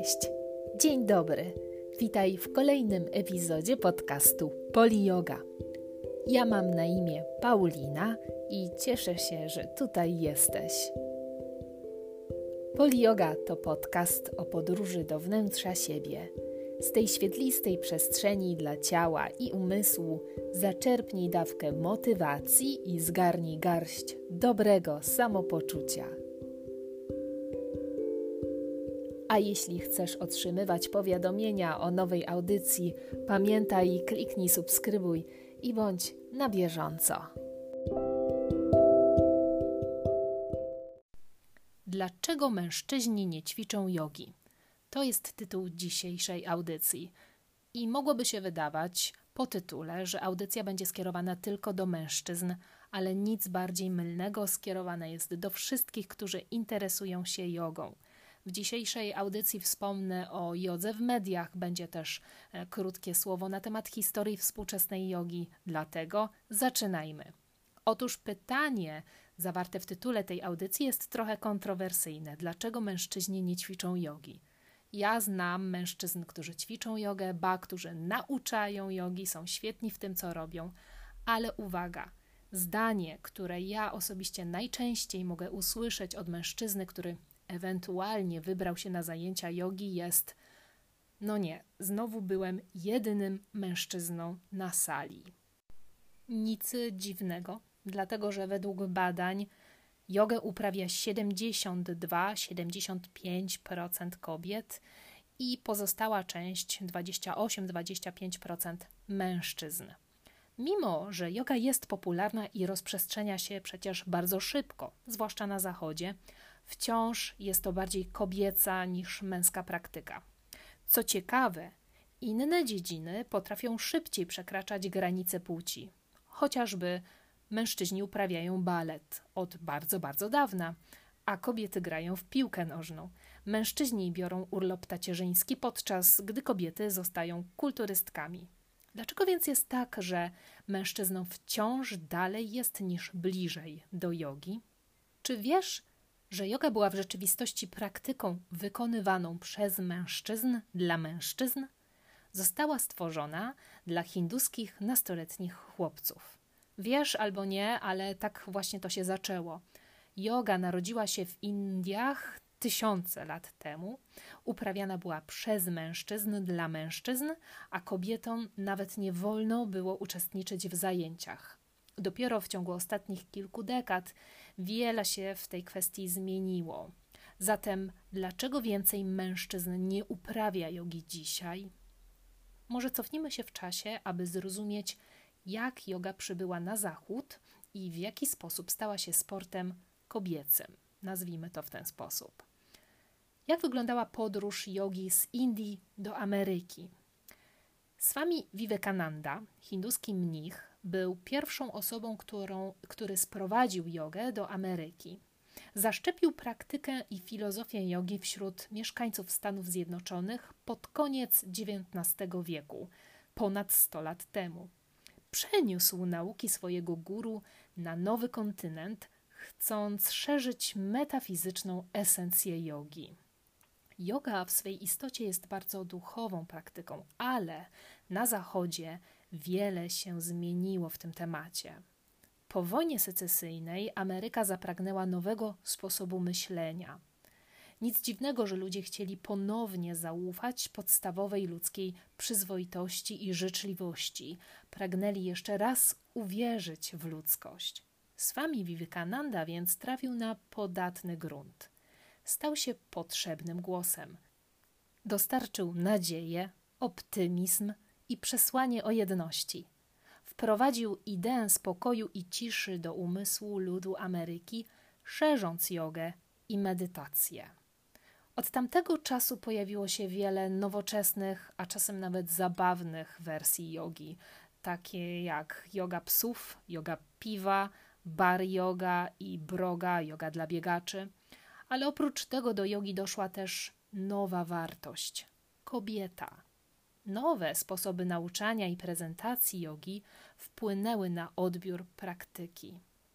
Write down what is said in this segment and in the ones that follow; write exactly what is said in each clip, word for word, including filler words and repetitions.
Cześć, dzień dobry. Witaj w kolejnym epizodzie podcastu Poliyoga. Ja mam na imię Paulina i cieszę się, że tutaj jesteś. Poliyoga to podcast o podróży do wnętrza siebie. Z tej świetlistej przestrzeni dla ciała i umysłu zaczerpnij dawkę motywacji i zgarnij garść dobrego samopoczucia. A jeśli chcesz otrzymywać powiadomienia o nowej audycji, pamiętaj, kliknij subskrybuj i bądź na bieżąco. Dlaczego mężczyźni nie ćwiczą jogi? To jest tytuł dzisiejszej audycji. I mogłoby się wydawać po tytule, że audycja będzie skierowana tylko do mężczyzn, ale nic bardziej mylnego, skierowane jest do wszystkich, którzy interesują się jogą. W dzisiejszej audycji wspomnę o jodze w mediach, będzie też e, krótkie słowo na temat historii współczesnej jogi, dlatego zaczynajmy. Otóż pytanie zawarte w tytule tej audycji jest trochę kontrowersyjne. Dlaczego mężczyźni nie ćwiczą jogi? Ja znam mężczyzn, którzy ćwiczą jogę, ba, którzy nauczają jogi, są świetni w tym, co robią, ale uwaga, zdanie, które ja osobiście najczęściej mogę usłyszeć od mężczyzny, który ewentualnie wybrał się na zajęcia jogi, jest: no nie, znowu byłem jedynym mężczyzną na sali. Nic dziwnego, dlatego że według badań jogę uprawia siedemdziesiąt dwa do siedemdziesięciu pięciu procent kobiet i pozostała część dwadzieścia osiem do dwudziestu pięciu procent mężczyzn. Mimo że joga jest popularna i rozprzestrzenia się przecież bardzo szybko, zwłaszcza na zachodzie, wciąż jest to bardziej kobieca niż męska praktyka. Co ciekawe, inne dziedziny potrafią szybciej przekraczać granice płci. Chociażby mężczyźni uprawiają balet od bardzo, bardzo dawna, a kobiety grają w piłkę nożną. Mężczyźni biorą urlop tacierzyński, podczas gdy kobiety zostają kulturystkami. Dlaczego więc jest tak, że mężczyznom wciąż dalej jest niż bliżej do jogi? Czy wiesz, że joga była w rzeczywistości praktyką wykonywaną przez mężczyzn dla mężczyzn? Została stworzona dla hinduskich nastoletnich chłopców. Wiesz albo nie, ale tak właśnie to się zaczęło. Joga narodziła się w Indiach tysiące lat temu. Uprawiana była przez mężczyzn dla mężczyzn, a kobietom nawet nie wolno było uczestniczyć w zajęciach. Dopiero w ciągu ostatnich kilku dekad wiele się w tej kwestii zmieniło. Zatem dlaczego więcej mężczyzn nie uprawia jogi dzisiaj? Może cofnijmy się w czasie, aby zrozumieć, jak joga przybyła na zachód i w jaki sposób stała się sportem kobiecym. Nazwijmy to w ten sposób. Jak wyglądała podróż jogi z Indii do Ameryki? Swami Vivekananda, hinduski mnich, był pierwszą osobą, którą, który sprowadził jogę do Ameryki. Zaszczepił praktykę i filozofię jogi wśród mieszkańców Stanów Zjednoczonych pod koniec dziewiętnastego wieku, ponad sto lat temu. Przeniósł nauki swojego guru na nowy kontynent, chcąc szerzyć metafizyczną esencję jogi. Joga w swej istocie jest bardzo duchową praktyką, ale na zachodzie wiele się zmieniło w tym temacie. Po wojnie secesyjnej Ameryka zapragnęła nowego sposobu myślenia. Nic dziwnego, że ludzie chcieli ponownie zaufać podstawowej ludzkiej przyzwoitości i życzliwości. Pragnęli jeszcze raz uwierzyć w ludzkość. Swami Vivekananda więc trafił na podatny grunt. Stał się potrzebnym głosem. Dostarczył nadzieję, optymizm i przesłanie o jedności. Wprowadził ideę spokoju i ciszy do umysłu ludu Ameryki, szerząc jogę i medytację. Od tamtego czasu pojawiło się wiele nowoczesnych, a czasem nawet zabawnych wersji jogi, takie jak joga psów, joga piwa, bar yoga i broga, joga dla biegaczy. Ale oprócz tego do jogi doszła też nowa wartość – kobieta. Nowe sposoby nauczania i prezentacji jogi wpłynęły na odbiór praktyki.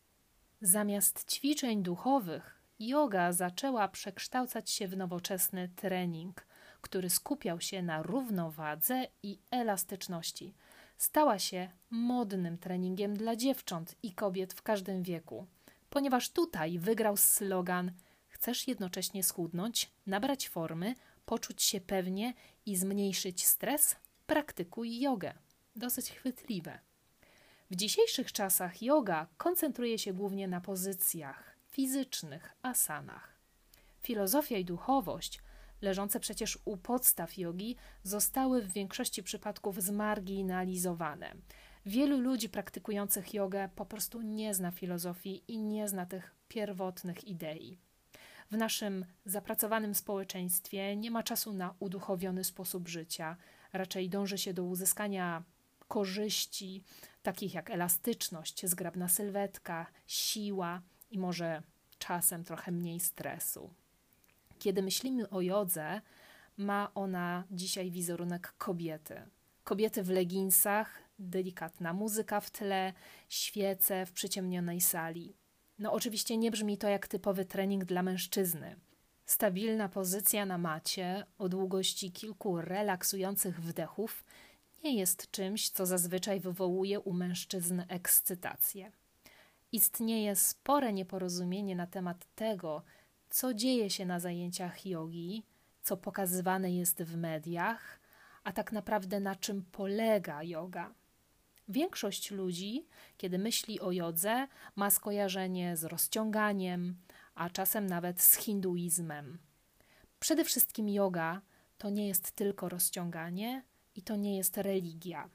Zamiast ćwiczeń duchowych, joga zaczęła przekształcać się w nowoczesny trening, który skupiał się na równowadze i elastyczności. Stała się modnym treningiem dla dziewcząt i kobiet w każdym wieku, ponieważ tutaj wygrał slogan: chcesz jednocześnie schudnąć, nabrać formy, poczuć się pewnie i zmniejszyć stres? Praktykuj jogę. Dosyć chwytliwe. W dzisiejszych czasach joga koncentruje się głównie na pozycjach fizycznych, asanach. Filozofia i duchowość, leżące przecież u podstaw jogi, zostały w większości przypadków zmarginalizowane. Wielu ludzi praktykujących jogę po prostu nie zna filozofii i nie zna tych pierwotnych idei. W naszym zapracowanym społeczeństwie nie ma czasu na uduchowiony sposób życia. Raczej dąży się do uzyskania korzyści, takich jak elastyczność, zgrabna sylwetka, siła i może czasem trochę mniej stresu. Kiedy myślimy o jodze, ma ona dzisiaj wizerunek kobiety. Kobiety w leginsach, delikatna muzyka w tle, świece w przyciemnionej sali. No oczywiście nie brzmi to jak typowy trening dla mężczyzny. Stabilna pozycja na macie o długości kilku relaksujących wdechów nie jest czymś, co zazwyczaj wywołuje u mężczyzn ekscytację. Istnieje spore nieporozumienie na temat tego, co dzieje się na zajęciach jogi, co pokazywane jest w mediach, a tak naprawdę na czym polega joga. Większość ludzi, kiedy myśli o jodze, ma skojarzenie z rozciąganiem, a czasem nawet z hinduizmem. Przede wszystkim joga to nie jest tylko rozciąganie i to nie jest religia.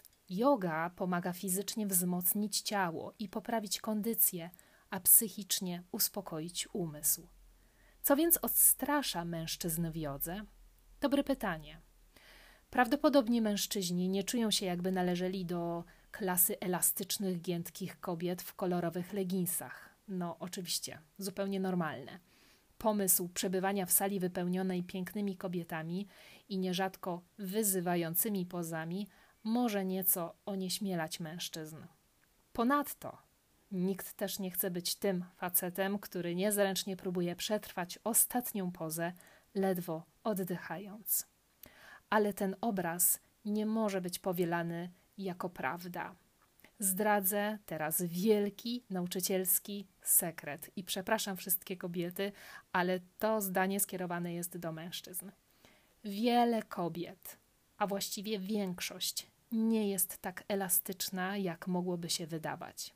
Joga pomaga fizycznie wzmocnić ciało i poprawić kondycję, a psychicznie uspokoić umysł. Co więc odstrasza mężczyzn w jodze? Dobre pytanie. Prawdopodobnie mężczyźni nie czują się, jakby należeli do klasy elastycznych, giętkich kobiet w kolorowych leginsach. No oczywiście, zupełnie normalne. Pomysł przebywania w sali wypełnionej pięknymi kobietami i nierzadko wyzywającymi pozami może nieco onieśmielać mężczyzn. Ponadto nikt też nie chce być tym facetem, który niezręcznie próbuje przetrwać ostatnią pozę, ledwo oddychając. Ale ten obraz nie może być powielany jako prawda. Zdradzę teraz wielki nauczycielski sekret i przepraszam wszystkie kobiety, ale to zdanie skierowane jest do mężczyzn. Wiele kobiet, a właściwie większość, nie jest tak elastyczna, jak mogłoby się wydawać.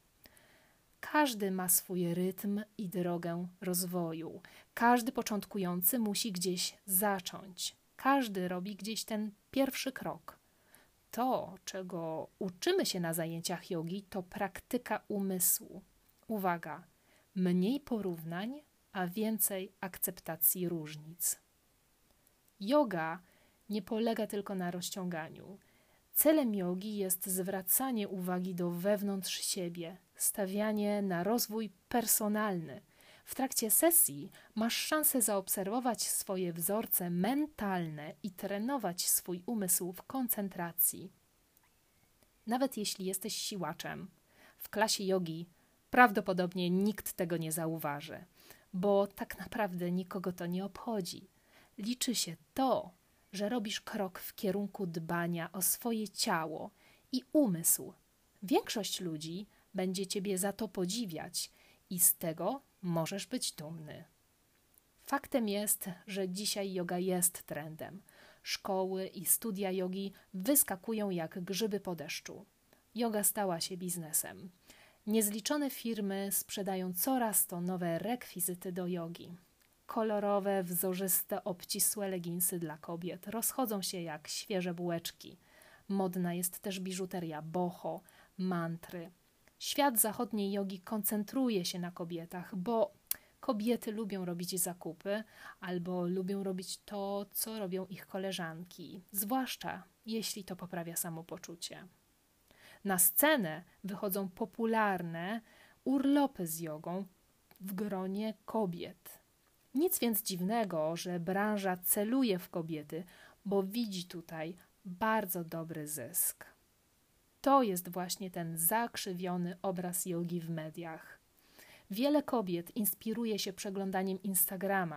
Każdy ma swój rytm i drogę rozwoju. Każdy początkujący musi gdzieś zacząć. Każdy robi gdzieś ten pierwszy krok. To, czego uczymy się na zajęciach jogi, to praktyka umysłu. Uwaga, mniej porównań, a więcej akceptacji różnic. Joga nie polega tylko na rozciąganiu. Celem jogi jest zwracanie uwagi do wewnątrz siebie, stawianie na rozwój personalny. W trakcie sesji masz szansę zaobserwować swoje wzorce mentalne i trenować swój umysł w koncentracji. Nawet jeśli jesteś siłaczem, w klasie jogi prawdopodobnie nikt tego nie zauważy, bo tak naprawdę nikogo to nie obchodzi. Liczy się to, że robisz krok w kierunku dbania o swoje ciało i umysł. Większość ludzi będzie ciebie za to podziwiać i z tego możesz być dumny. Faktem jest, że dzisiaj joga jest trendem. Szkoły i studia jogi wyskakują jak grzyby po deszczu. Joga stała się biznesem. Niezliczone firmy sprzedają coraz to nowe rekwizyty do jogi. Kolorowe, wzorzyste, obcisłe leginsy dla kobiet rozchodzą się jak świeże bułeczki. Modna jest też biżuteria boho, mantry. Świat zachodniej jogi koncentruje się na kobietach, bo kobiety lubią robić zakupy albo lubią robić to, co robią ich koleżanki, zwłaszcza jeśli to poprawia samopoczucie. Na scenę wychodzą popularne urlopy z jogą w gronie kobiet. Nic więc dziwnego, że branża celuje w kobiety, bo widzi tutaj bardzo dobry zysk. To jest właśnie ten zakrzywiony obraz jogi w mediach. Wiele kobiet inspiruje się przeglądaniem Instagrama.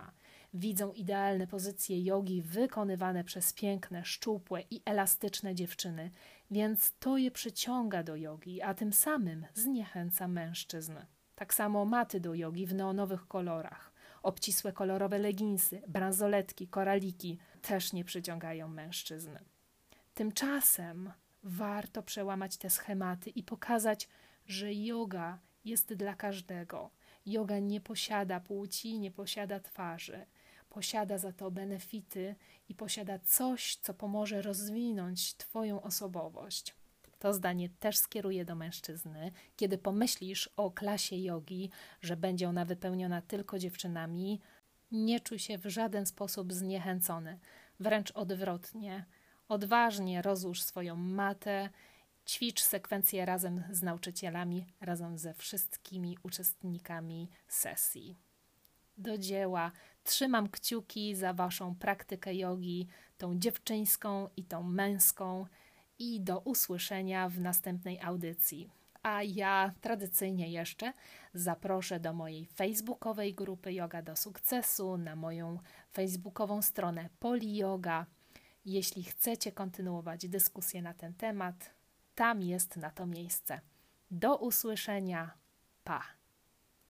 widzą idealne pozycje jogi wykonywane przez piękne, szczupłe i elastyczne dziewczyny, więc to je przyciąga do jogi, a tym samym zniechęca mężczyzn. Tak samo maty do jogi w neonowych kolorach, obcisłe kolorowe leginsy, bransoletki, koraliki też nie przyciągają mężczyzn. Tymczasem warto przełamać te schematy i pokazać, że joga jest dla każdego. Joga nie posiada płci, nie posiada twarzy. Posiada za to benefity i posiada coś, co pomoże rozwinąć Twoją osobowość. To zdanie też skieruję do mężczyzny. Kiedy pomyślisz o klasie jogi, że będzie ona wypełniona tylko dziewczynami, nie czuj się w żaden sposób zniechęcony. Wręcz odwrotnie. Odważnie rozłóż swoją matę, ćwicz sekwencję razem z nauczycielami, razem ze wszystkimi uczestnikami sesji. Do dzieła. Trzymam kciuki za Waszą praktykę jogi, tą dziewczyńską i tą męską, i do usłyszenia w następnej audycji. A ja tradycyjnie jeszcze zaproszę do mojej facebookowej grupy Yoga do Sukcesu, na moją facebookową stronę PoliYoga. Jeśli chcecie kontynuować dyskusję na ten temat, tam jest na to miejsce. Do usłyszenia. Pa!